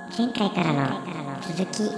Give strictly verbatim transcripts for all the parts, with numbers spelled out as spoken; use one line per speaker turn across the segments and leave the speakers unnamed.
前回からの続き。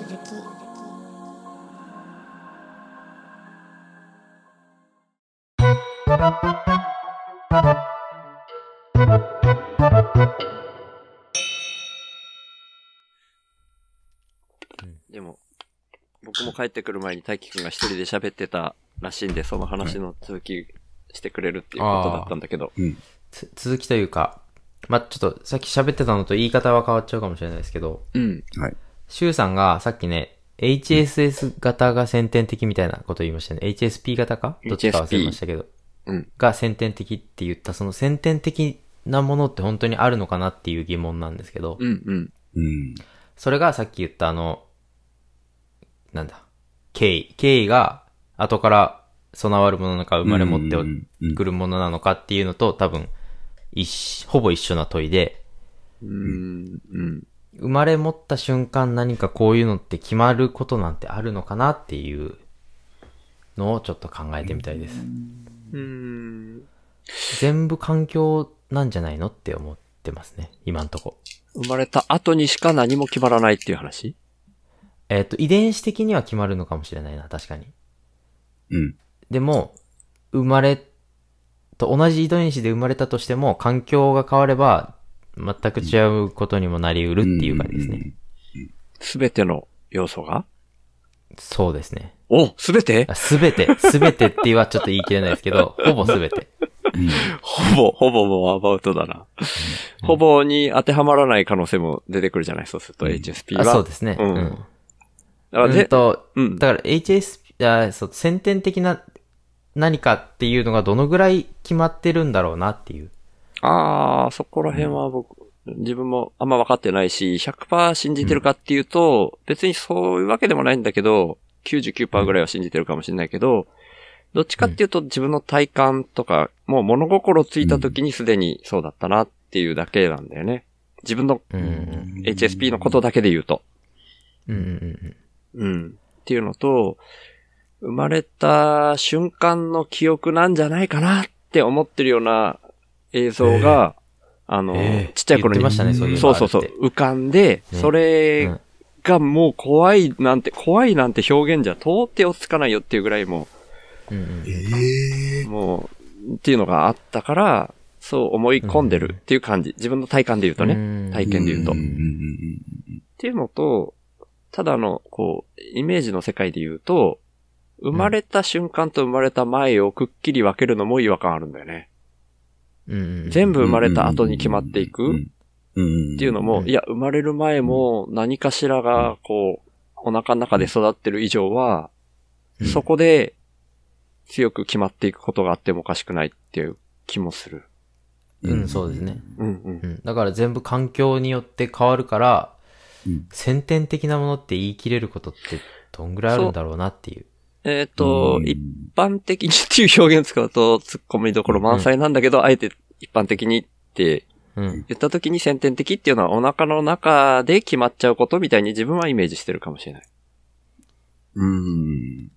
でも僕も帰ってくる前に大輝くんが一人で喋ってたらしいんで、その話の続きしてくれるっていうことだったんだけど、
うん、
続きというか、まあ、ちょっとさっき喋ってたのと言い方は変わっちゃうかもしれないですけど、
うん、
はい。
シュウさんがさっきね、エイチエスエス 型が先天的みたいなこと言いましたね。エイチエスピー 型かどっちか忘れましたけど、
うん、
が先天的って言ったその先天的なものって本当にあるのかなっていう疑問なんですけど、
うんうん
うん、
それがさっき言ったあのなんだ経緯経緯が後から備わるものなのか生まれ持ってくるものなのかっていうのと多分一ほぼ一緒な問いで、
うんうん、
生まれ持った瞬間何かこういうのって決まることなんてあるのかなっていうのをちょっと考えてみたいです。
うーん、
全部環境なんじゃないのって思ってますね、今んとこ。
生まれた後にしか何も決まらないっていう話？
えっと、遺伝子的には決まるのかもしれないな、確かに。
うん。
でも、生まれと同じ遺伝子で生まれたとしても、環境が変われば、全く違うことにもなり得るっていう感じですね。
すべての要素が？
そうですね。
お、すべて？
すべて、すべてってはちょっと言い切れないですけど、ほぼすべて。
ほぼ、ほぼもうアバウトだな。うん、ほぼに当てはまらない可能性も出てくるじゃない、そうすると エイチエスピー は。
あ、そうですね。
うん。
うん、
だからで、
うんと、
うん、
だから エイチエスピー、あ、そう、先天的な何かっていうのがどのぐらい決まってるんだろうなっていう。
ああ、そこら辺は僕、自分もあんま分かってないし、ひゃくパーセント 信じてるかっていうと、うん、別にそういうわけでもないんだけど、きゅうじゅうきゅうパーセント ぐらいは信じてるかもしれないけど、どっちかっていうと自分の体感とか、もう物心ついた時にすでにそうだったなっていうだけなんだよね。自分の エイチエスピー のことだけで言うと。
うんうん
うん。っていうのと、生まれた瞬間の記憶なんじゃないかなって思ってるような映像が、えー、あの、えー、ちっちゃい頃に、
言ってましたね、そういうの
そうそうそう、浮かんで、ね、それがもう怖いなんて、怖いなんて表現じゃ到底落ち着かないよっていうぐらいもう、
うんうん、
えー、
もう、っていうのがあったから、そう思い込んでるっていう感じ。自分の体感で言うとね、体験で言うと。っていうのと、ただの、こう、イメージの世界で言うと、生まれた瞬間と生まれた前をくっきり分けるのも違和感あるんだよね。
うん、
全部生まれた後に決まっていくっていうのも、いや、生まれる前も何かしらが、こう、お腹の中で育ってる以上は、そこで強く決まっていくことがあってもおかしくないっていう気もする。
うん、そうですね。
うんうんうん、
だから全部環境によって変わるから、うん、先天的なものって言い切れることってどんぐらいあるんだろうなっていう。
えっ、ー、と、一般的にっていう表現使うと突っ込みどころ満載なんだけど、うん、あえて一般的にって言った時に先天的っていうのはお腹の中で決まっちゃうことみたいに自分はイメージしてるかもしれない。
うーん。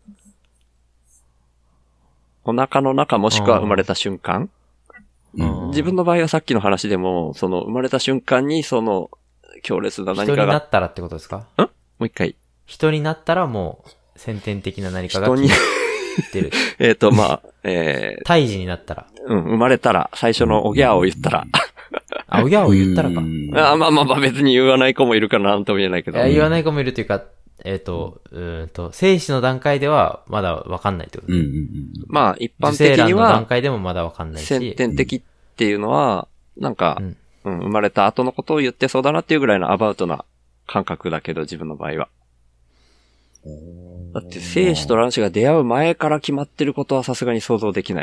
お腹の中もしくは生まれた瞬間、うん、自分の場合はさっきの話でも、その生まれた瞬間にその強烈な何かが。
人になったらってことですか？
ん？もう一回。
人になったらもう先天的な何かが決まってる。
えっと、まあ、え
ー。胎児になったら。
うん、生まれたら、最初のおぎゃーを言ったら。
あ、おぎゃーを言ったらか。
あまあまあまあ別に言わない子もいるからなんとも言えないけど。
言わない子もいるというか、えっ、ー、と、うーんと、精子の段階ではまだわかんないってことです、ね。
まあ一般的には。受精卵の
段階でもまだわかんないし。
先天的っていうのは、なんか、うんうん、生まれた後のことを言ってそうだなっていうぐらいのアバウトな感覚だけど、自分の場合は。だって精子と卵子が出会う前から決まってることはさすがに想像できない。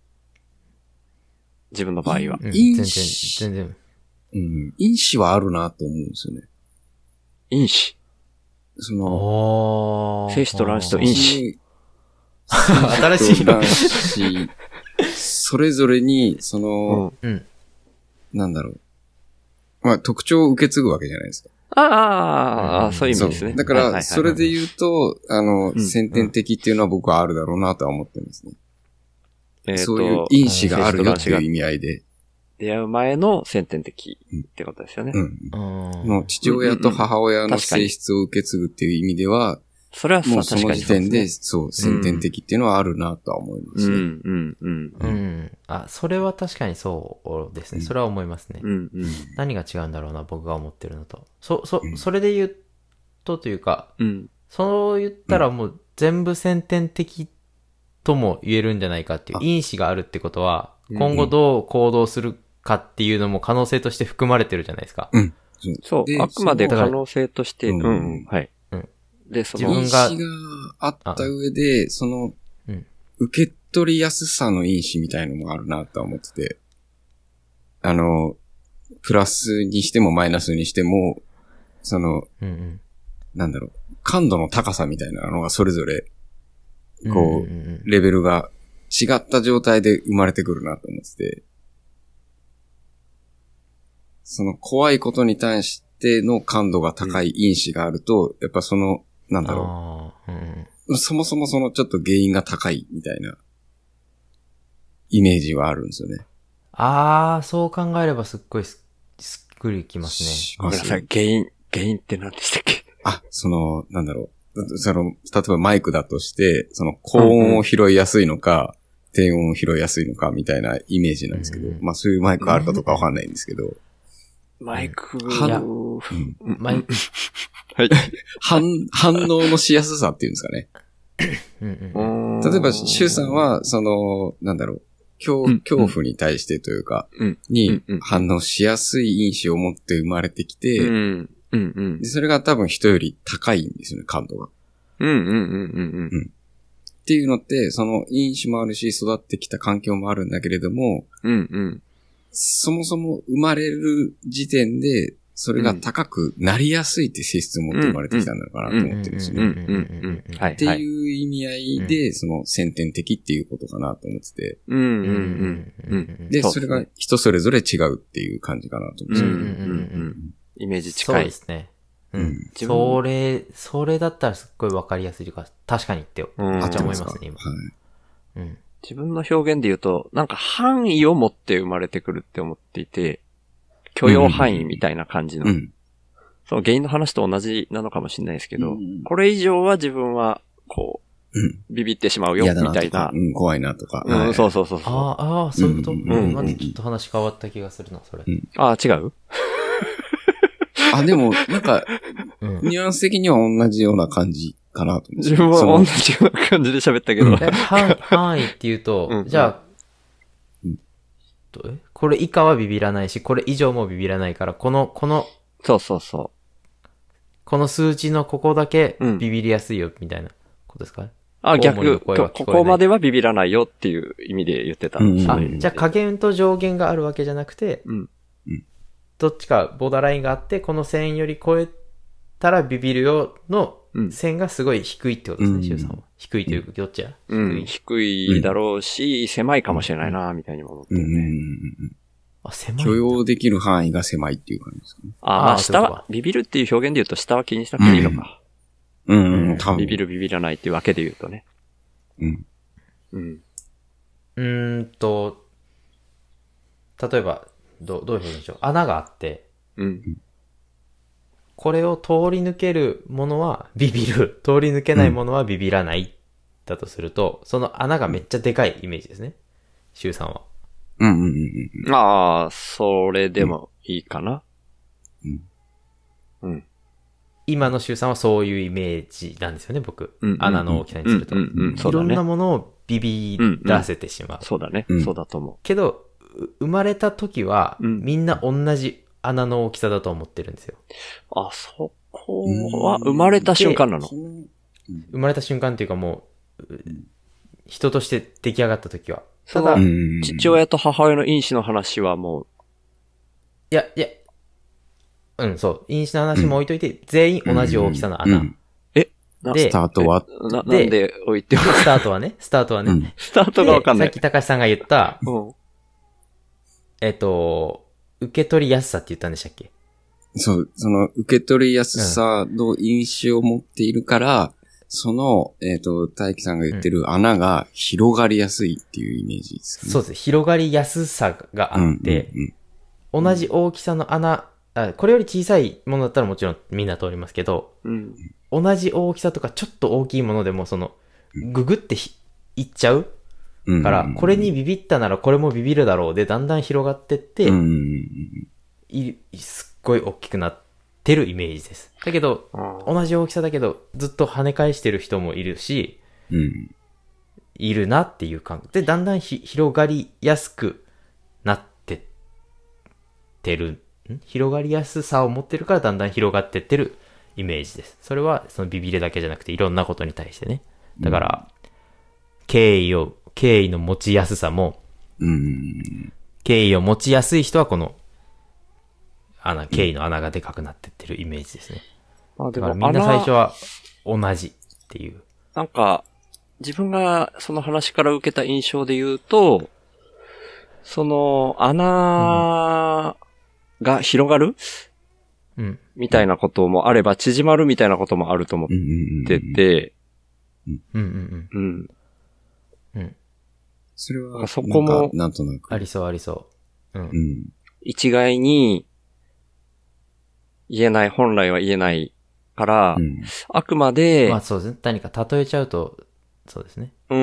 自分の場合は。
うん、全然、全然。
うん。因子はあるなと思うんですよね。
因子。
その、
精子と卵子と因子。
新しい
卵子、それぞれに、その、
うん、
なんだろう。まあ、特徴を受け継ぐわけじゃないですか。
ああ、うん、そういう意味ですね。
だから、それで言うと、あの、うん、先天的っていうのは僕はあるだろうなとは思ってますね。うん、そういう因子があるよっていう意味合いで。
出会う前の先天的ってことですよね。
うん。
うん。
もう父親と母親の性質を受け継ぐっていう意味では、
それはさ
もうその時点で、
そう
そう、先天的っていうのはあるなとは思いますね。
うん、うん、うん。
うん。あ、それは確かにそうですね。それは思いますね。
うん、うん。
何が違うんだろうな、僕が思ってるのと。そ、そ、それで言うとというか、
うん。
そう言ったらもう全部先天的とも言えるんじゃないかっていう因子があるってことは、今後どう行動するかっていうのも可能性として含まれてるじゃないですか。
うん。
そう、
で
あくまで
その
可能性として、うん、うん、はい。
うん
で、その、
自分が
因子があった上で、その
うん、
受け取りやすさの因子みたいのもあるなとは思ってて、あの、プラスにしてもマイナスにしても、その、
うんうん。
なんだろう、感度の高さみたいなのがそれぞれ、こ
うんうん
う、
うん
レベルが違った状態で生まれてくるなと思ってて、その怖いことに対しての感度が高い因子があると、やっぱその、なんだろ
ああ、うんうん。
う、そもそもそのちょっと原因が高いみたいな、イメージはあるんですよね。
ああ、そう考えればすっごいすすっくりきますね。
し
ごめんなさい、原因、原因って何でしたっけ？
あ、その、なんだろう。その、例えばマイクだとして、その高音を拾いやすいのか、低音を拾いやすいのかみたいなイメージなんですけど、
うんうん
まあそういうマイクあるかどうかわかんないんですけど、
マイク
は
や
を、
うん
マイ
はい。
反、反応のしやすさっていうんですかね。
うんうん。
例えば、シュウさんは、その、なんだろう、恐
うん
恐怖に対してというか、
うん
に
うんうん
反応しやすい因子を持って生まれてきて、
うん、うん、うん
で。それが多分人より高いんですよね、感度が。
うん、うん、うん、うん、うん。
っていうのって、その因子もあるし、育ってきた環境もあるんだけれども、
うん、うん。
そもそも生まれる時点で、それが高くなりやすいって性質を持って生まれてきたんだかなと思ってるんですよ
うん、
ね。
うん、うん。はい、
って
はい。
いう意味合いで、その先天的っていうことかなと思ってて。
うん、うん、
うんうん
うん。
うん。
で、
そう
それが人それぞれ違うっていう感じかなと思
うん、うん、
うんですよね。
うん。イメージ
そう
近い。
ですね。う
うん
ん。それ、それだったらすっごいわかりやすいというか、確かにって、
うん
めっちゃ思い
合
ますね、今。
ってかはい。
うん。
自分の表現で言うと、なんか範囲を持って生まれてくるって思っていて、許容範囲みたいな感じの、
うん。
その原因の話と同じなのかもしれないですけど、
うん
これ以上は自分は、こ
うん。
う、ビビってしまうよ、
嫌だ
みたいな
なとか。。うん、怖いなとか。
うん、
はい
そうそうそうそう。
ああ、ああ、そういうこと、
う
うんん、
うん
まずちょっと話変わった気がするな、それ。
うん
ああ、違う
あ、でも、なんか、
うん。
ニュアンス的には同じような感じかなと思って。
自分は
その
同じような感じで喋ったけど。
え範範囲っていうと、
うん
じゃあ、
うん
とえこれ以下はビビらないし、これ以上もビビらないから、この、この、
そうそうそ
この数値のここだけ
うん
ビビりやすいよ、みたいなことですか、
う。あ、
コウモリの
逆、
声は聞こえない
ここまではビビらないよっていう意味で言ってた。
うん
あ
そういう意味、で
じゃあ下限と上限があるわけじゃなくて、
うん。
どっちかボーダーラインがあって、この線より超えたらビビるよの
うん
線がすごい低いってことですね、
うん
シュウさんは。低いというか、どっちや
うん、
低い。
低いだろうし、狭いかもしれないな、みたいにも思ってる
うんうんうん
ね。
うん。
あ、狭い。
許容できる範囲が狭いっていう感じですかね。
あ、まあ、
あーそういうことか、
下はビビるっていう表現で言うと下は気にしなくていいのか。
うんうん、多分。
ビビるビビらないっていうわけで言うとね。
うん。
うん。
うーんと、例えば、どう、どういう表現でしょう。穴があって、
うん。
これを通り抜けるものはビビる。通り抜けないものはビビらない。だとすると、その穴がめっちゃでかいイメージですね。シュウさんは。
うんうんうんうん。
ああ、それでもいいかな。
うん。
うん。
今のシュウさんはそういうイメージなんですよね、僕。
うん
穴の大きさにすると。
うんうんうん、そ
いうろんな
だね。
ものをビビらせてしまう。
そうだね。
うん
そうだと思
けど、う生まれた時は、
うん
みんな同じ穴の大きさだと思ってるんですよ。
う。あ、そこは生まれた瞬間なの。
生まれた瞬間っていうかもう、う人として出来上がった時は。た
そ
だ、
の
い
父親と母親の因子の話はも
や、いや、うん、そう。因子の話も置いといて、全員同じ大きさの穴。
うん
う、な
で
スタートは、
な、なん
で
で置いても、
スタートはね、スタートはね。
うん
スタートがわかんない
でさっ。き高橋さんが言った、
うん。
えっと、受け取りやすさって言ったんでしたっけ？
そう、その受け取りやすさの因子を持っているから、 その、えっ、と、大輝さんが言ってる穴が広がりやすいっていうイメージですね。
そうです。広がりやすさがあって、
うんうん
同じ大きさの穴あ、これより小さいものだったらもちろんみんな通りますけど、
うん。
同じ大きさとかちょっと大きいものでもその、ググってひいっちゃう
うん、
から、これにビビったならこれもビビるだろうで、だんだん広がってって、
うんうん
いすっごい大きくなってるイメージです。だけど、同じ大きさだけど、ずっと跳ね返してる人もいるし、
うん、
いるなっていう感覚で、だんだんひ広がりやすくなってってる、ん広がりやすさを持ってるからだんだん広がってってるイメージです。それはそのビビりだけじゃなくていろんなことに対してね。だから、うん、敬意を、敬意の持ちやすさも、
うん、
敬意を持ちやすい人はこの穴、敬意の穴がでかくなってってるイメージですね。
あ、でも
だからみんな最初は同じっていう。
なんか、自分がその話から受けた印象で言うと、その穴が広がる、
うん、
みたいなこともあれば、縮まるみたいなこともあると思ってて、
うんうんうん。
うん。
うん。
それは、
そこも、
なんとなく。
ありそうありそう。うん。
うん、
一概に言えない、本来は言えないから、うん、あくまで、
まあそうですね。何か例えちゃうと、そうですね。
うん、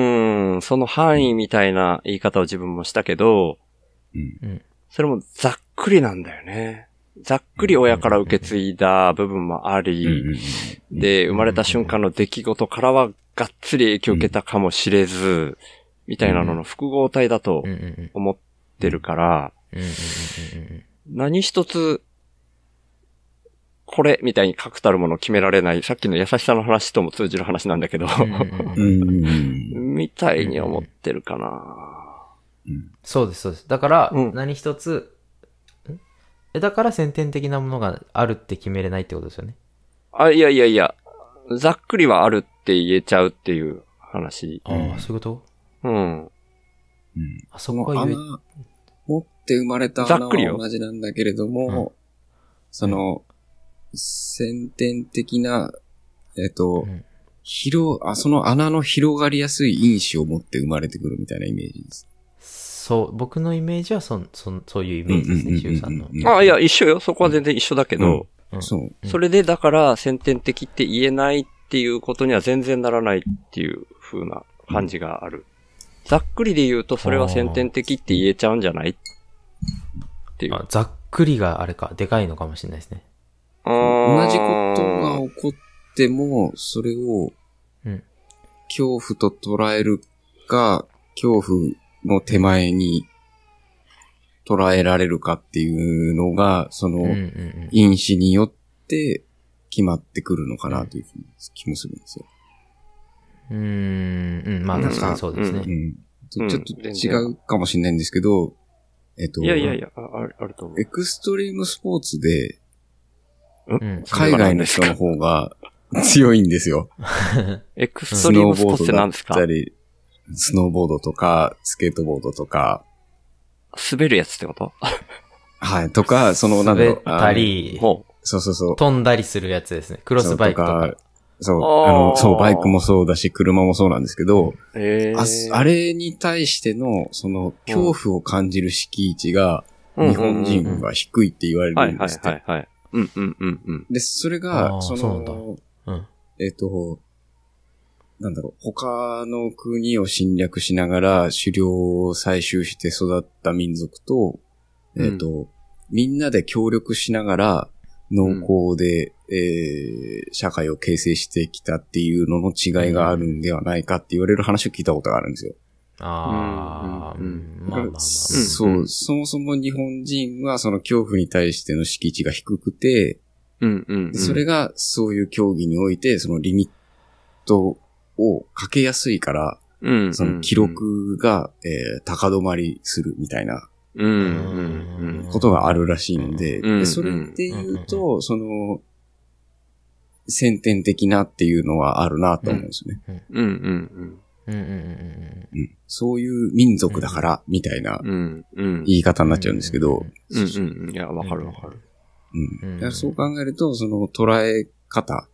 その範囲みたいな言い方を自分もしたけど、
うん、
それもざっくりなんだよね。ざっくり親から受け継いだ部分もあり、で、生まれた瞬間の出来事からはがっつり影響を受けたかもしれず、みたいなのの複合体だと思ってるから、何一つ、これみたいに確たるものを決められない、さっきの優しさの話とも通じる話なんだけど、みたいに思ってるかな。
そうです、そうです。だから、何一つ、だから先天的なものがあるって決めれないってことですよね。
あ、いやいやいや、ざっくりはあるって言えちゃうっていう話。
ああ、うん、そういうこと
うん。うん。
あそこは言え、
持って生まれた穴は同じなんだけれども、うん、その、先天的な、えっと、うん、広、あ、その穴の広がりやすい因子を持って生まれてくるみたいなイメージです。
そう、僕のイメージはそ、そ、そういうイメージですね、シュウさんの。
あ、いや、一緒よ。そこは全然一緒だけど、
うん、そう。
それで、だから、先天的って言えないっていうことには全然ならないっていう風な感じがある。ざっくりで言うと、それは先天的って言えちゃうんじゃないっていう。
あ、ざっくりがあれか、でかいのかもしれないですね。
同じことが起こっても、それを、恐怖と捉えるか、恐怖の手前に捉えられるかっていうのが、その、因子によって決まってくるのかなという気もするんですよ。
うーん、うん、まあ確かにそうですね。
うん、ちょっと違うかもしれないんですけど、えっと、
いやいやいや、あ, あると思う。
エクストリームスポーツで、海外の人の方が強いんですよ。
エクストリームスポーツって何ですか？
スノーボードとか、スケートボードとか。
滑るやつってこと？
はい。とか、その、なんだろう。
滑ったり、
そうそうそう。
飛んだりするやつですね。クロスバイクとか。
そう、あの、そう、バイクもそうだし、車もそうなんですけど、
えー、
あ, あれに対しての、その、恐怖を感じる敷地が、日本人は低いって言われるんですって。
はいはいはいはい。うんうんうんうん。
で、それが、その、
そううん、
えっと、なんだろう、他の国を侵略しながら狩猟を採集して育った民族と、うん、えっと、みんなで協力しながら農耕で、うん、えー、社会を形成してきたっていうのの違いがあるんではないかって言われる話を聞いたことがあるんですよ。
ああ、うん、まあまあまあ。
そう、そもそも日本人はその恐怖に対しての敷地が低くて、
うんうんうん、
それがそういう競技においてそのリミットをかけやすいから、
うんうんうん、
その記録が、えー、高止まりするみたいなことがあるらしいので、
うんうん、
でそれで言うと、その先天的なっていうのはあるなと思うんですね。
うんうんうん
うんうんうん
うん、そういう民族だから、みたいな言い方になっちゃうんですけど。
うんうんうん。いや、わかるわかる。
うん。そう考えると、その捉え方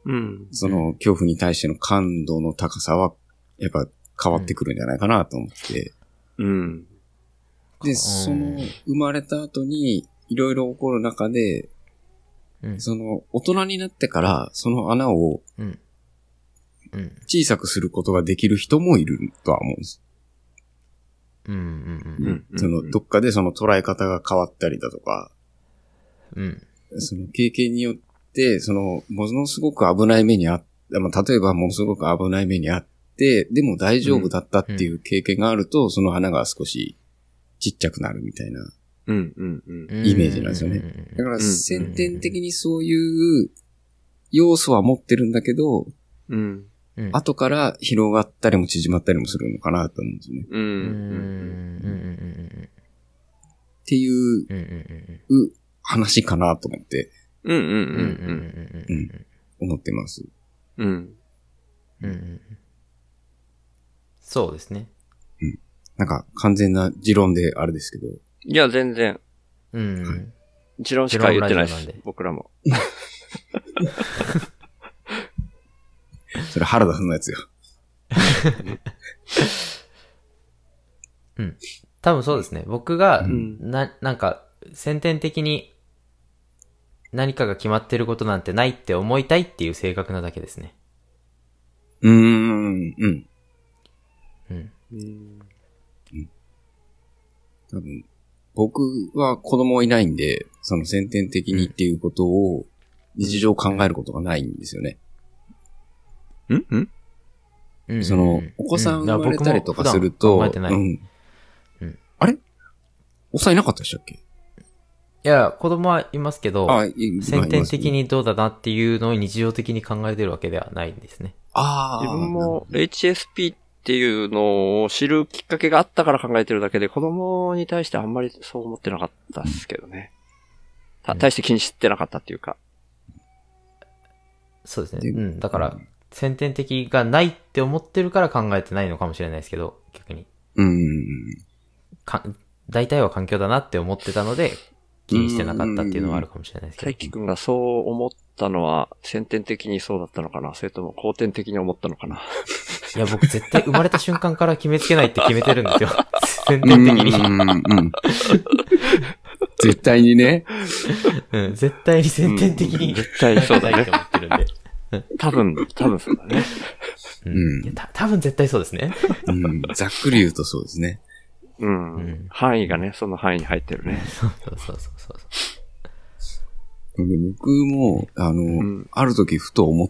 うん。
その恐怖に対しての感度の高さは、やっぱ変わってくるんじゃないかなと思って。
うん。
で、その、生まれた後に、いろいろ起こる中で、うん、その、大人になってから、その穴を、小さくすることができる人もいるとは思うんです。
うんうんうん。
その、どっかでその捉え方が変わったりだとか、
うん。
その経験によって、その、ものすごく危ない目にあっ、まあ、例えばものすごく危ない目にあって、でも大丈夫だったっていう経験があると、うん、その穴が少しちっちゃくなるみたいな、
うんうんうん、
イメージなんですよね。だから先天的にそういう要素は持ってるんだけど、
うん、
後から広がったりも縮まったりもするのかなと思うんですよね。
うんうん、
っていう話かなと思って、
うんうんうんうん、
思ってます。
うん。
うん、そうですね。
うん。なんか完全な持論であれですけど。
いや、全然。
うん。はい、
持論しか言ってないです。僕らも。
それ原田さんのやつよ。
うん。多分そうですね。僕が、うん、な、なんか、先天的に何かが決まってることなんてないって思いたいっていう性格なだけですね。
うーん、うん。
うん。
うん。うん。
多分、僕は子供いないんで、その先天的にっていうことを日常考えることがないんですよね。
うん
うん、その、お子さん生まれたりとかすると、
考えてない。うん
うん、あれお子さんいなかったでしたっけ？
いや、子供はいますけど、
あ
先天的にどうだなっていうのを日常的に考えてるわけではないんですね。
ああ。
自分も エイチエスピー っていうのを知るきっかけがあったから考えてるだけで、子供に対してあんまりそう思ってなかったですけどね。た、対して気にしてなかったっていうか。
そうですね。うん。だから、先天的がないって思ってるから考えてないのかもしれないですけど、逆に。
うん。
か、大体は環境だなって思ってたので、気にしてなかったっていうのはあるかもしれないですけど。
大輝くんがそう思ったのは、先天的にそうだったのかな？それとも後天的に思ったのかな？
いや、僕絶対生まれた瞬間から決めつけないって決めてるんですよ。先天的に。
うんうん、絶対にね。
うん、絶対に先天的に、
うん。絶対にそうだね。
って思ってるんで。
多分、多分そうだね。
うん。いやた多分絶対そうですね。
うん。ざっくり言うとそうですね。
うん。うん、範囲がね、その範囲に入ってるね。
そうそうそうそう
そう。僕も、あの、うん、ある時ふと思って、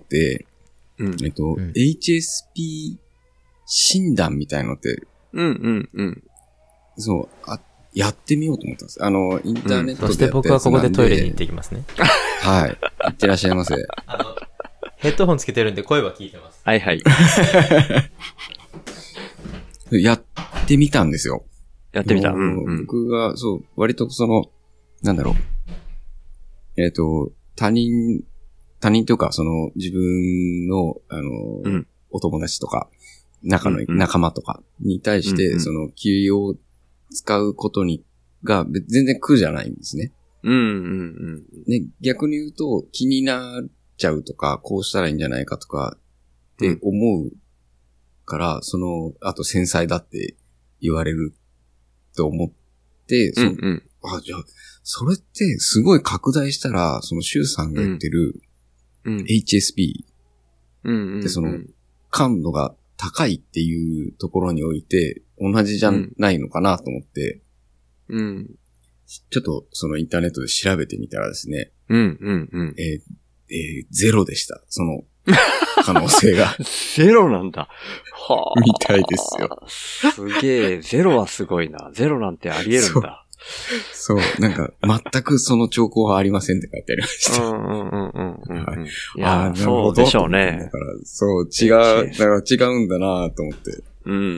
うん、えっと、うん、エイチエスピー 診断みたいのって、
うんうんうん。
そう、あ、やってみようと思ったんです。あの、インターネットでやったやつなんで、うん、そ
して僕はここでトイレに行ってきますね。
はい。行ってらっしゃいませ。
あの、ヘッドホンつけてるんで声は聞いてます。
はいはい。
やってみたんですよ。
やってみた。うんうん、
僕が、そう、割とその、なんだろう。えっと、他人、他人というか、その、自分の、あの、うん、お友達とか、仲の、うんうん、仲間とかに対して、うんうん、その、気を使うことに、が、全然苦じゃないんですね。
うんうんうん。
ね、逆に言うと、気になっちゃうとか、こうしたらいいんじゃないかとか、って思うから、うん、その、あと繊細だって言われると思って、
うんうん、
あ、じゃあ、それってすごい拡大したら、そのシュウさんが言ってる、
うん、
エイチエスピー、
うんうんうん、
で、その、感度が高いっていうところにおいて、同じじゃないのかなと思って、
うん、
ちょっとそのインターネットで調べてみたらですね、
うんうんうん、
えーえー、ゼロでした。その、可能性が。
ゼロなんだ。は
ぁ。みたいですよ。
すげえ。ゼロはすごいな。ゼロなんてあり得るんだ。
そう。そうなんか、全くその兆候はありませんって書いてありました。
うんうんうんうんうん、はい。い
や、
あそうでしょうね。
だから、そう、違う、だから違うんだなと思って。
うんうんうん。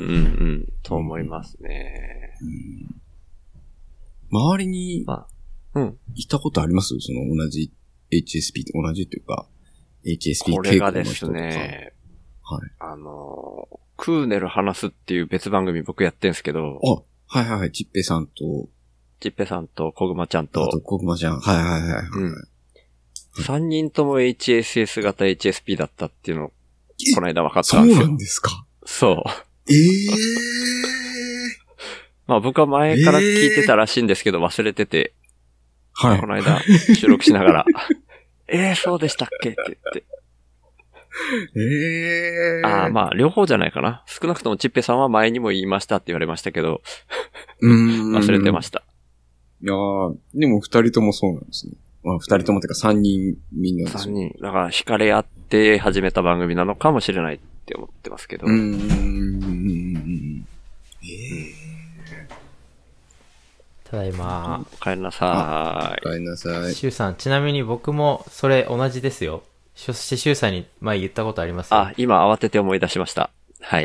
と思いますね。
うん、周りに、
まあ、うん。
いたことあります？その同じ エイチエスピー と同じというか、エイチエスピー
これがですね、はい。あの、クーネル話すっていう別番組僕やってんすけど、
あ、はいはいはい、ちっぺさんと、
ちっぺさんとこぐまちゃんと、
あとこぐまちゃん、はいはいはい、はい。うん。
さんにんとも エイチエスエス 型 エイチエスピー だったっていうのを、この間分かった
そう
んですよ。
なんですか。
そう。
ええー。
まあ僕は前から聞いてたらしいんですけど忘れてて、
はい
こ。の間収録しながら、えー、そうでしたっけって言って。
ええー。
ああ、まあ両方じゃないかな。少なくともチッペさんは前にも言いましたって言われましたけど、
うーん。
忘れてました。
いやー、でも二人ともそうなんですね。まあ二人ともってか三人みんなです
さ
よ
んにん。だから惹かれ合って始めた番組なのかもしれないって思ってますけど。
うーん。ええ
ただいま、
お帰りなさ
ー。おかえりなさい。
シュウさん、ちなみに僕もそれ同じですよ。そしてシュウさんに前言ったことあります
い。
よ。
あ、今慌てて思い出しました。はい。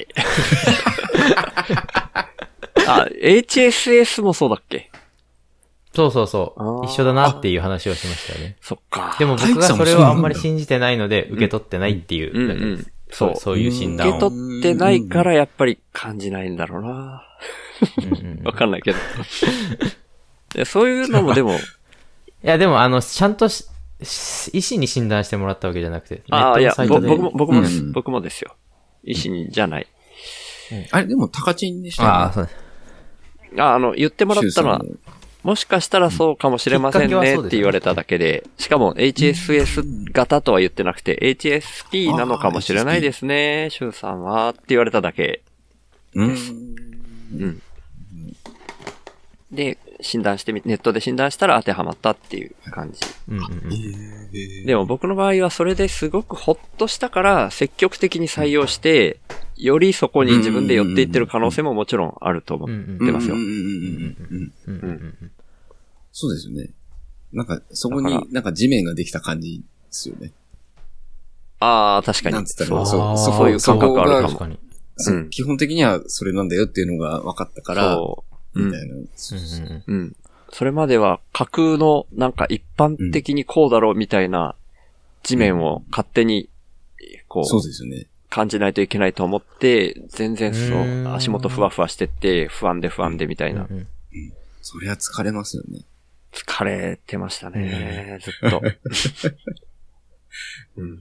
あ、エイチエスエス もそうだっけ？
そうそうそ
あー
う。一緒だなっていう話をしましたよね。
そっか。
でも僕がそれをあんまり信じてないので、受け取ってないっていう
うんう
だけです。
ん。そう。
そういう診断を。
受け取ってないからやっぱり感じないんだろうな。
うんうん
わかんないけど。でそういうのもでも、
いや、でもあの、ちゃんとし、し医師に診断してもらったわけじゃなくて、
ああ、いや、
ネットのサイトで。
ぼ僕も、僕もです、
うん
僕もですよ。医師にじゃない。
あれ、でも、タカチンでしたよね。
ああ、そうです。
あ、あの、言ってもらったのは
シュウさん、の
もしかしたらそうかもしれませんねって言われただけで、しかも エイチエスエス 型とは言ってなくて、エイチエスピー なのかもしれないですね、シュウさんはって言われただけ。
うーん。
うん。で、診断してみ、ネットで診断したら当てはまったっていう感じ。
うんうんうん。
でも僕の場合はそれですごくほっとしたから積極的に採用して、よりそこに自分で寄っていってる可能性ももちろんあると思ってますよ
うん。うんうんうんうんうん。
うんうんうん
そうですよね。なんか、そこになんか地面ができた感じですよね。
ああ、確かに。
なんつったら
そう
そう
そうそういう感覚あるかも。
確かに。
そう
うん
基本的にはそれなんだよっていうのが分かったから、
そう。うん
みたいな。そうそう
うんうん
うん。それまでは架空のなんか一般的にこうだろうみたいな地面を勝手にこ
そう
う
ですよね。
感じないといけないと思って全然そう
ーん
足元ふわふわしてって不安で不安でみたいな。
うんうん
そりゃ疲れますよね。
疲れてましたね、ずっと。うん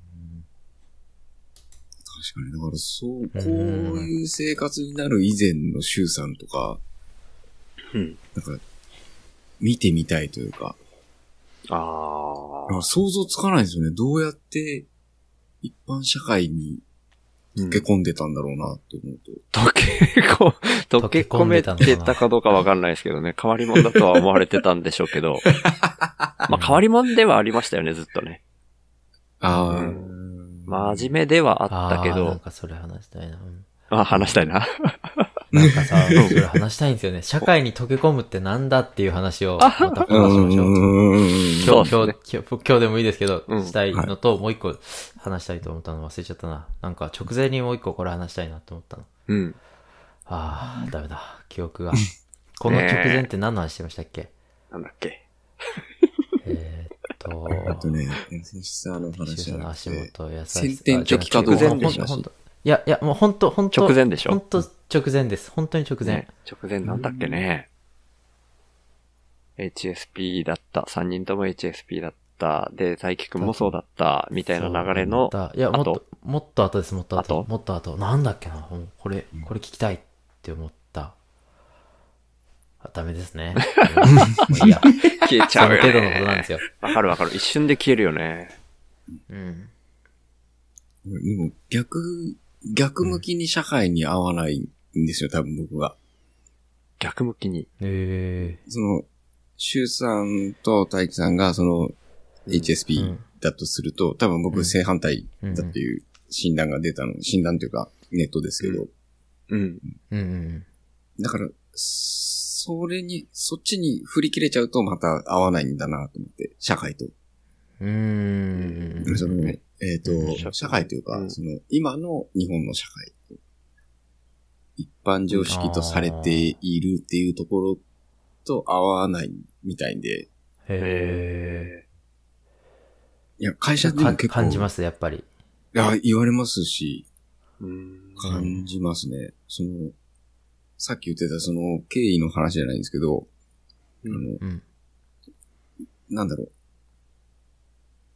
確かに。だからそう、こういう生活になる以前のシュウさんとか、
うん。
なんか、見てみたいというか、
ああ。
なんか想像つかないですよね。どうやって一般社会に溶け込んでたんだろうなって思うと。
溶けこ、溶け込めてたかどうかわかんないですけどね。変わり者だとは思われてたんでしょうけど。まあ変わり者ではありましたよね、ずっとね。
ああ、
うん真面目ではあったけ
あーなん
ど。
かそれ話したいな。うん
あ、話したいな。
なんかさ、それ話したいんですよね。社会に溶け込むってなんだっていう話をまた話しましょう。今日、
そう
今日、今日今日でもいいですけど、
うん
したいのと、もう一個話したいと思ったの忘れちゃったな。なんか直前にもう一個これ話したいなと思ったの。
うん。
ああ、ダメだ。記憶が。この直前って何の話してましたっけ、
なんだっけ。
えーっと、
あとね、優しさの話じゃ
の
なくて、
足元優しさ。
先天的かどうかの話
直前でしょ
ほんといや、いや、もう本当本当
直前でしょ
本当直前です。本当に直前。
ね、直前なんだっけね。エイチエスピー だった。さんにんとも エイチエスピー だった。で、大輝くんもそうだった。みたいな流れの。
そういや、もっと
後、
もっと後です、もっと後。
後
もっと後。なんだっけな、もうこれ、これ聞きたいって思った。あ、ダメですね。もういいや。
消えちゃうよ、ね。
その程度のことなんですよ。
わかるわかる。一瞬で消えるよね。
うん。
でも逆、逆向きに社会に合わないんですよ、多分僕は。
逆向きに。
え
その、シュウさんと大輝さんがその エイチエスピー
うん
だとすると、多分僕正反対
ー。
だっていう診断が出たの、診断というかネットですけど、
うん。
うん。うんうん
だから、それに、そっちに振り切れちゃうとまた合わないんだなと思って、社会と。
うん。うーん。
その、えっ、
うん
と、社会というか、
うん
その、今の日本の社会。一般常識とされているっていうところと合わないみたいで、
へ
いや、会社
ー。か
でも結構、
感じます、やっぱり。
いや、言われますし、
うん。
感じますね。その、さっき言ってたその経緯の話じゃないんですけど、
うん
あの、
うん。
なんだろう。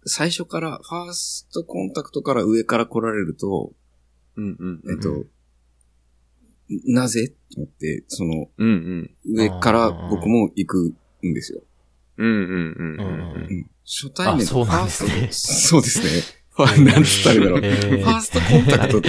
最初から、ファーストコンタクトから上から来られると、
うんうんうん。
えっと、なぜと思って、その、
うんうん。
上から僕も行くんですよ。
うんうんうんうん。
うん初対面
あそうなんですね
ファーストそうですね。なんつったらいいんだろう。
えー
ファーストコンタクトって、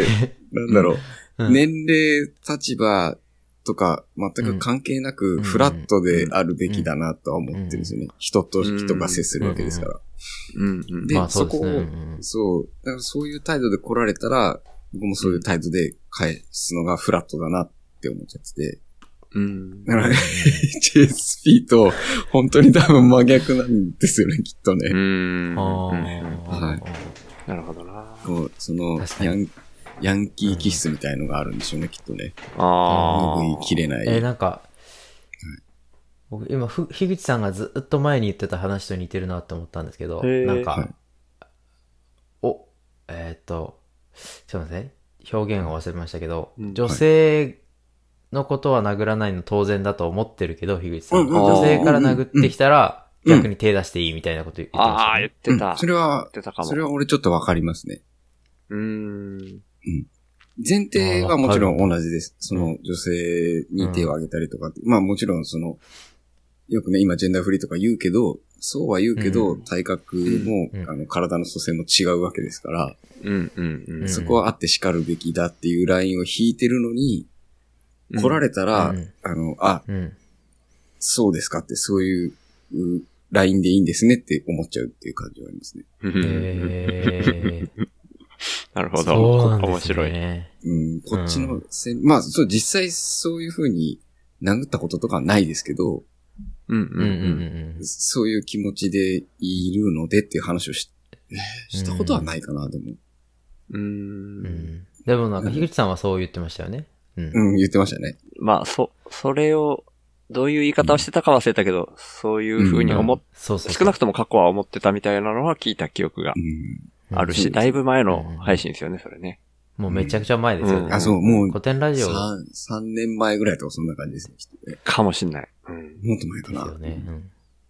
なんだろう。
うん
年齢、立場とか全く関係なくフラットであるべきだなとは思ってるんですよね。人と人が接するわけですから。
うんうん。
で、
まあそ
そうこを、
ですねうん
そう、だからそういう態度で来られたら、僕もそういう態度で返すのがフラットだなって思っちゃってて。
うん。
だから、エイチエスピー と本当に多分真逆なんですよね、きっとね。
うん。
あ
はい
ー
なるほどな。
こう、その
確かに
ヤン、ヤンキー気質みたいのがあるんでしょうね、きっとね。
あ
拭いきれない。
えーなんか、僕今、ふ、樋口さんがずっと前に言ってた話と似てるなって思ったんですけど、
へー
なんか、
はい
お、えーっと、ちょっと待ってね、表現を忘れましたけど、
うん
女性のことは殴らないの当然だと思ってるけど、樋口さん。
うんうん
女性から殴ってきたら、
うん
逆に手出していいみたいなこと言ってました
ああ、
ね
言。ってた。
うんそれは
言っ、てたかも。
それは俺ちょっとわかりますね。
うーん。
前提はもちろん同じです。そ
うん
の女性に手を挙げたりとかって、まあもちろんその、よくね、今ジェンダーフリーとか言うけど、そうは言うけど、
うん
体格も、
うん
あの、体の組成も違うわけですから、
うんうんうん。
そこはあって叱るべきだっていうラインを引いてるのに、
うん
来られたら、
うん
あの、あ、
うん。
そうですかって、そういう、うラインでいいんですねって思っちゃうっていう感じはありますね。
うん
えー、
なるほど。
そうなんです
面白い。
ね。
うん、こっちのせん、まあ、そう、実際そういう風に殴ったこととかはないですけど、
うんうん
うんうんうんうん。
そういう気持ちでいるのでっていう話をし、したことはないかな、でも。
うん。う。
うんんでもなんか、樋口さんはそう言ってましたよね。うん。
うん、言ってましたね。
まあ、そ、それを、どういう言い方をしてたか忘れたけど、そういう風に思っ、
そうそうそう。
少なくとも過去は思ってたみたいなのは聞いた記憶が
うん。
あるし、
うん
だいぶ前の配信ですよね、それね。
もうめちゃくちゃ前ですよね。
うん
あ、そう、もう、
古典ラジオで
三、三年前ぐらいとかそんな感じですね、きっとね。
かもしんない。うん。
もっと前かな。
すよね。うん。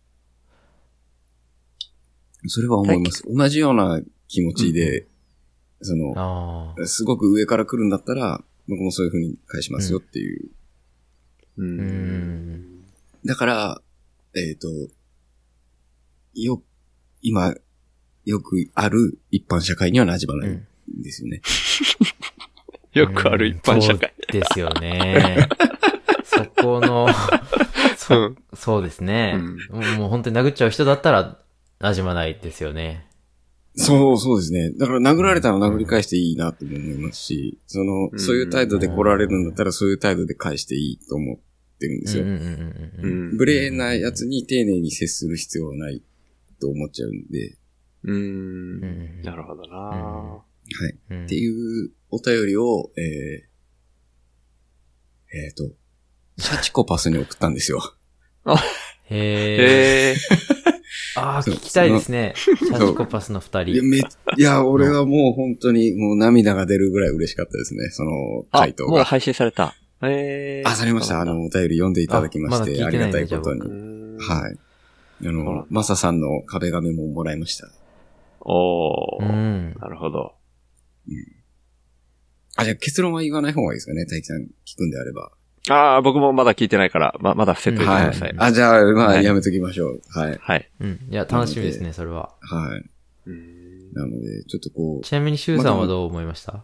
それは思います。同じような気持ちで、その、
ああ。
すごく上から来るんだったら、僕もそういう風に返しますよっていう。
う。
うんん。
だから、えっ、と、よ、今、よくある一般社会には馴染まないんですよね。
よくある一般社会。
そうですよね。そこの、そ、そうですね。もうもう本当に殴っちゃう人だったら、馴染まないですよね。
そう、そうですね。だから殴られたら殴り返していいなとも思いますし、その、
うん
そういう態度で来られるんだったらそういう態度で返していいと思ってるんですよ。
うんうんうんうんうん。
ん
無礼なやつに丁寧に接する必要はないと思っちゃうんで、
う。
うんん
なるほどな。
はい。
うん
っていうお便りを、えー、えっ、と、シャチコパスに送ったんですよ。
へえ。
へえ。
ああ、
そう
聞きたいですね。シャチコパスの二
いや、
人。
め、いや、俺はもう本当にもう涙が出るぐらい嬉しかったですね、その
あ
回、答が。
もう配信された。へえ。
あ、されました。あの、お便り読んでいただきまして、
あまだ聞いてないんだ
ありがたいことに。
うーん
はい。あ
そうなん
の、マサさんの壁紙ももらいました。
おー。
うん。
なるほど。
あ、じゃあ結論は言わない方がいいですかね、大輝さん聞くんであれば。
ああ、僕もまだ聞いてないから、ま、まだ伏せといてく
はい
ださい。。
あ、じゃあ、まあ、
はい
やめときましょう。はい。
はい。
うん。いや、楽しみですね、それは。
はい。
うーん
なので、ちょっとこう、
ちなみに、シュウさんはどう思いました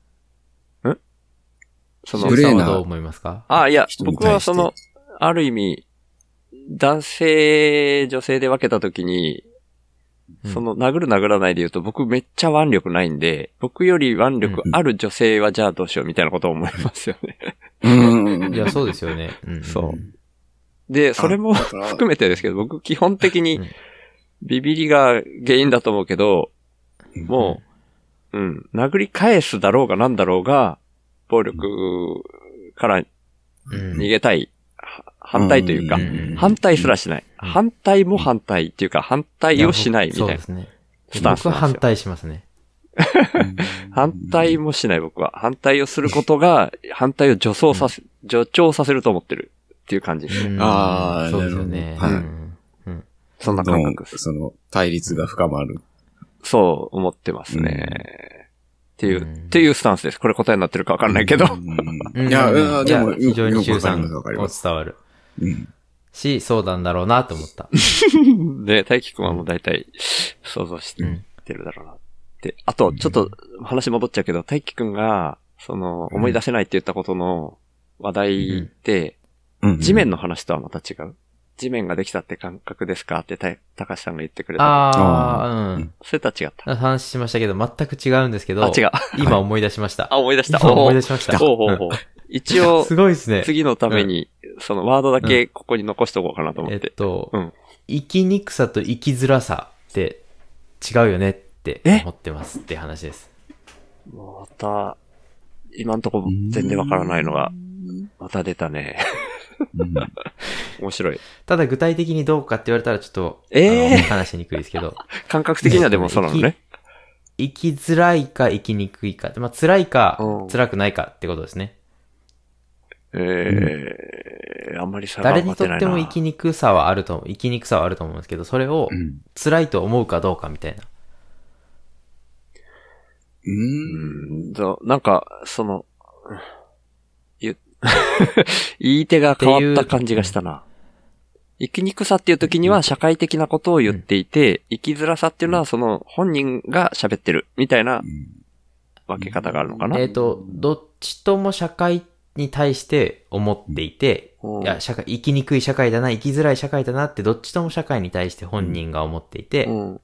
その
グ、レーな
シュウさんはどう思いますか
ああ、いや、
人に
僕は
対して
その、ある意味、男性、女性で分けたときに、
うん
その、殴る殴らないで言うと、僕めっちゃ腕力ないんで、僕より腕力ある女性はじゃあどうしようみたいなことを思いますよね。
うん。
いや、そうですよね。うん。
そうで、それも
あだから
含めてですけど、僕基本的に
うん
ビビりが原因だと思うけど、もう、うん、殴り返すだろうがなんだろうが、暴力から
うん。
逃げたい、は反対というか
うん
うん、
反対すらしない。
うん
反対も反対っていうか、反対をしないみたいな
そうですね。
スタンス
僕は反
なんですよ。
対しますね。
反対もしない僕は。反対をすることが、反対を助走させ、助長させると思ってるっていう感じですね。
うん
あー
そうですよね。
なるほどはい
うんうん
そんな感覚です。
その対立が深まる。
そう思ってますね。
うん
っていう、
うん
っていうスタンスです。これ答えになってるかわかんないけど。
うんいや、いや、でも、
非常に中さん
よくわかり
も
ます
伝わる。
うん
し、そうなんだろうなと思った。
で、大輝くんはもう大体想像してるだろうなって。あと、ちょっと話戻っちゃうけど、大輝くんが、その、思い出せないって言ったことの話題って、
うん
地面の話とはまた違う。地面ができたって感覚ですかってた、高橋さんが言ってくれた。
ああ、うん。
それとは違った。
話しましたけど、全く違うんですけど。
あ、違う。
今思い出しました。
あ、思い出した。
今思い出しました。
ほうほうほう。一応、
すごいですね。
次のために、そのワードだけここに残しとこうかなと思って。
えっと、
うん。
生きにくさと生きづらさって違うよねって思ってますって話です。
また、今んとこ全然わからないのが、また出たね。
うん
面白い。
ただ具体的にどうかって言われたらちょっと、
えー
あの話しにくいですけど。
感覚的にはでもそうなのね。
生きづらいか生きにくいか。まあ、辛いか
うん
辛くないかってことですね。
えー、あんまり差が
誰に
分かってないな。
とっても生きにくさはあると思う。生きにくさはあると思うんですけど、それを
うん
辛いと思うかどうかみたいな。
うーん。
うんと、なんか、その、言言い手が変わった感じがしたな。生きにくさっていう時には社会的なことを言っていて、生きづらさっていうのはその本人が喋ってるみたいな分け方があるのかな。
えっと、どっちとも社会に対して思っていて、
うん
いや、社会、生きにくい社会だな、生きづらい社会だなってどっちとも社会に対して本人が思っていて、
うん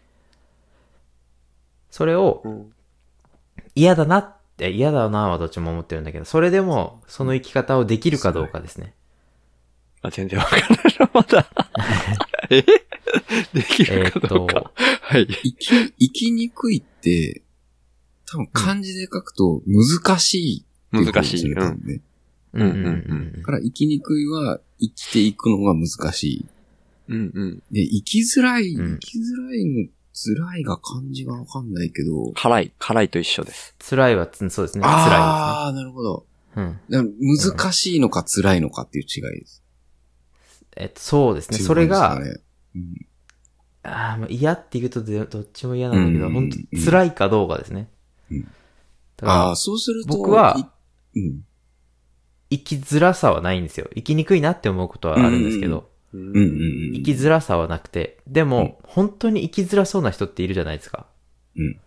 それを
うん
嫌だなって、嫌だなはどっちも思ってるんだけど、それでもその生き方をできるかどうかですね。
あ、全然わからないな、まだ。えできるかどうか。はい。
生き、生きにくいって、多分漢字で書くと難しいっていうことですよね。
難しい
多分ね。
うんうんうん
だから生きにくいは生きていくのが難しい。
うんうん。
で、生きづらい、
うん
生きづらいの、辛いが漢字がわかんないけど。
辛い、辛いと一緒です。
辛いは、つそうですね。
ああ、なるほど。
辛いですね。うん。
だから難しいのか辛いのかっていう違いです。
えっと、そうですね。
っていう
それが、
感じですかねうん
ああ、もう嫌って言うとどどっちも嫌なんだけど、
うん
本当辛いかどうかですね。
うん
だから
ああ、そうすると。
僕はい
うん。
生きづらさはないんですよ。生きにくいなって思うことはあるんですけど、
うん
うんうんうん。
生きづらさはなくて、でも、本当に生きづらそうな人っているじゃないですか。
うん。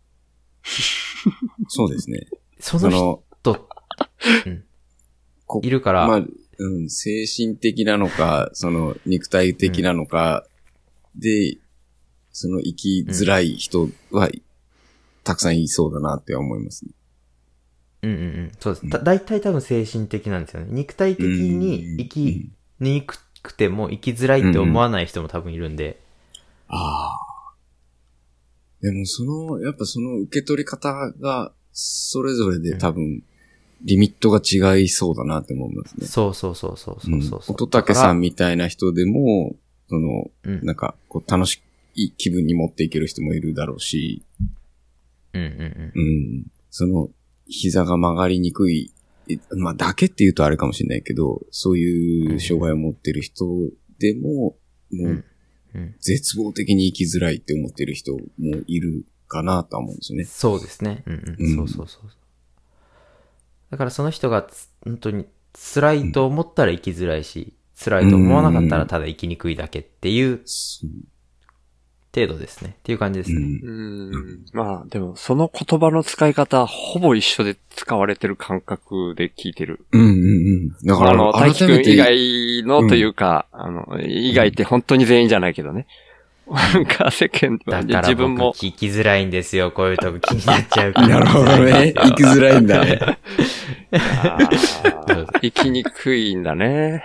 そうですね。
その人、うん、
こ
いるから、
まあ、うん、精神的なのか、その肉体的なのか、で、その生きづらい人は、たくさんいそうだなって思いますね。
うんうんうん。そうです。た大体多分精神的なんですよね。肉体的に生きにくくても生きづらいって思わない人も多分いるんで。
ああ。でもその、やっぱその受け取り方が、それぞれで多分、リミットが違いそうだなって思いますね。
そうそうそうそうそうそうそう。
乙武さんみたいな人でも、その、
うん
なんか、こう楽しい気分に持っていける人もいるだろうし、
うんうんうん。
うん。その、膝が曲がりにくい、えまあ、だけって言うとあれかもしれないけど、そういう障害を持ってる人でも、もう、
うん
絶望的に生きづらいって思ってる人もいるかなとは思うんですよね。
そうですね。うんうん。
うん
そうそうそう。だからその人がつ本当に辛いと思ったら生きづらいし、辛いと思わなかったらただ生きにくいだけっていう
そう
程度ですね。っていう感じですね。
うん
うん。まあ、でも、その言葉の使い方、ほぼ一緒で使われてる感覚で聞いてる。
うんうんうん。だから、
あの、大輝くん
改めて
以外のというか、あの、以外って本当に全員じゃないけどね。なんか世間では
だから
自分も
僕、聞きづらいんですよ。こういうとこ気になっちゃうから。
なるほどね。生きづらいんだね。
あー生きにくいんだね。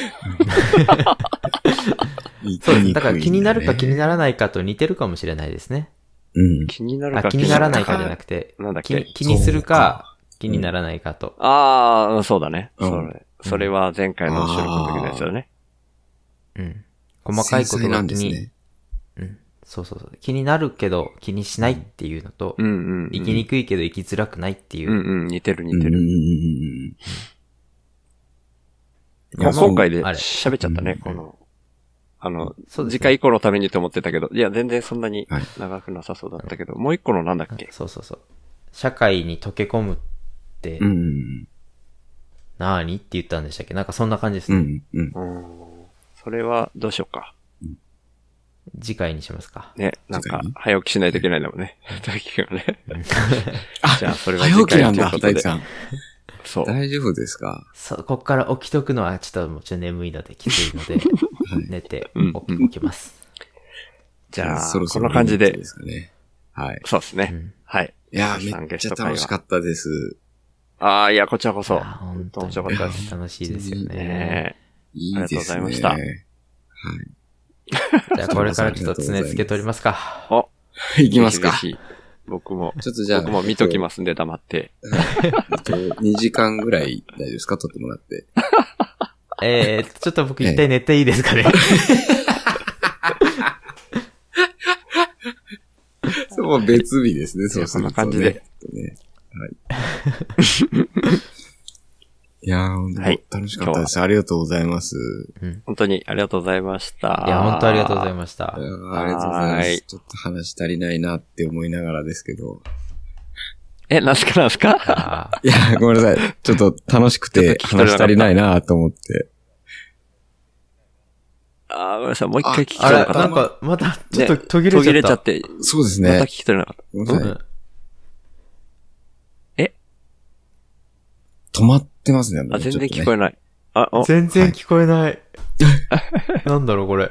そうです。だから気になるか気にならないかと似てるかもしれないですね。
うん。
気になるか
あ気にならないかじゃなくて、
なんだっけ
気気にするか気にならないかと。
ああ、そうだね。
うん
それ。それは前回の収録の時のやつだね。
うん。細かいこと
繊細な
が気に、
んですね。
うん。そうそうそう。気になるけど気にしないっていうのと、
うんうん、うん。
生きにくいけど生きづらくないっていうう。
んうん、似てる似
うんうんうん
てる。
うん
もう今回で
あれ
喋っちゃったね、
うん
このあの、
そうですね
次回以降のためにと思ってたけど、いや、全然そんなに
はい
長くなさそうだったけど、もう一個のなんだっけ？
そうそうそう。社会に溶け込むって
うんうん
なーにって言ったんでしたっけ？なんかそんな感じです
う
ね。
ん。うんうん。
うーん。それはどうしようか。
次回にしますか。
ね、なんか
次回に、
早起きしないといけないんだもんね。大輝くんがね。じゃあ、それは
早
次回
起きなんだ、
ということで
大地さん。
そう。
大丈夫ですか？
そう、こっから起きとくのはちょっともうちょっと眠いのできついので、寝て
うん
起き起きます。
じゃあ、
そろそろ
こんな感じで
いいですかね。はい。
そうですね。
うん
はい。
いやー、
皆さん
めっちゃ
ゲスト会話
楽しかったです。
ああ、いや、こちらこそ。
いや本当
面白かったです。
楽しいですよね。
ね
いいですね。
ありがとうございました
はい。
じゃあこれからちょっと常つけとりますか。
お、
いきますか。
ぜひぜひ僕も、
ちょっとじゃあ、
僕も見ときますんで黙って。
えっとにじかんぐらい大丈夫ですか？撮ってもらって。
えー、ちょっと僕一体寝ていいですかね。
そう、もう別日ですね、そうすると、ね。
こんな感じで。
ね、はい。いやー、本当、
はい
楽しかったです。ありがとうございます。
本当にありがとうございました。
いや、本当ありがとうございました
い。やーありがとうございま
はい
す。ちょっと話足りないなって思いながらですけど。
え、なんすかなんすか
あー
いや、ごめんなさい。ちょっと楽しくて
ちょっと聞き取れなかった
話足りないなと思って。
あーごめんなさい。もう一回聞き
あれ、
取れなかった。
なんか、また、ちょっと
ね
途切れちゃった。
途切れちゃって、
そうですね
また聞。き取れなかった。
ごめんなさい。
うん
止まってますね。も
あ、
うちょっとね
全然聞こえない。あ、お、
全然聞こえない。なんだろう、これ。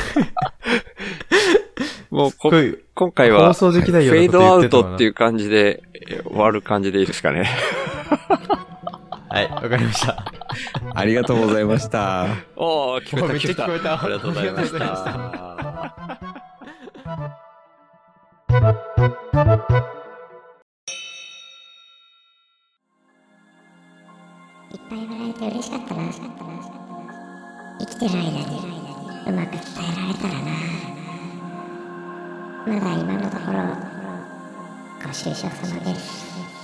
もうこ
これ
今回は、
放送できないような
フェードアウ
こと言ってたかな
トっていう感じでえ終わる感じでいいですかね。
はい、わかりました。
ありがとうございました。
おー、聞こえた、
めっちゃ聞こえた
ありがとうございまし
ありがとうございま
た。
いっぱい笑えて嬉しかったな。生きてる間にうまく伝えられたらな。まだ今のところご愁傷様です。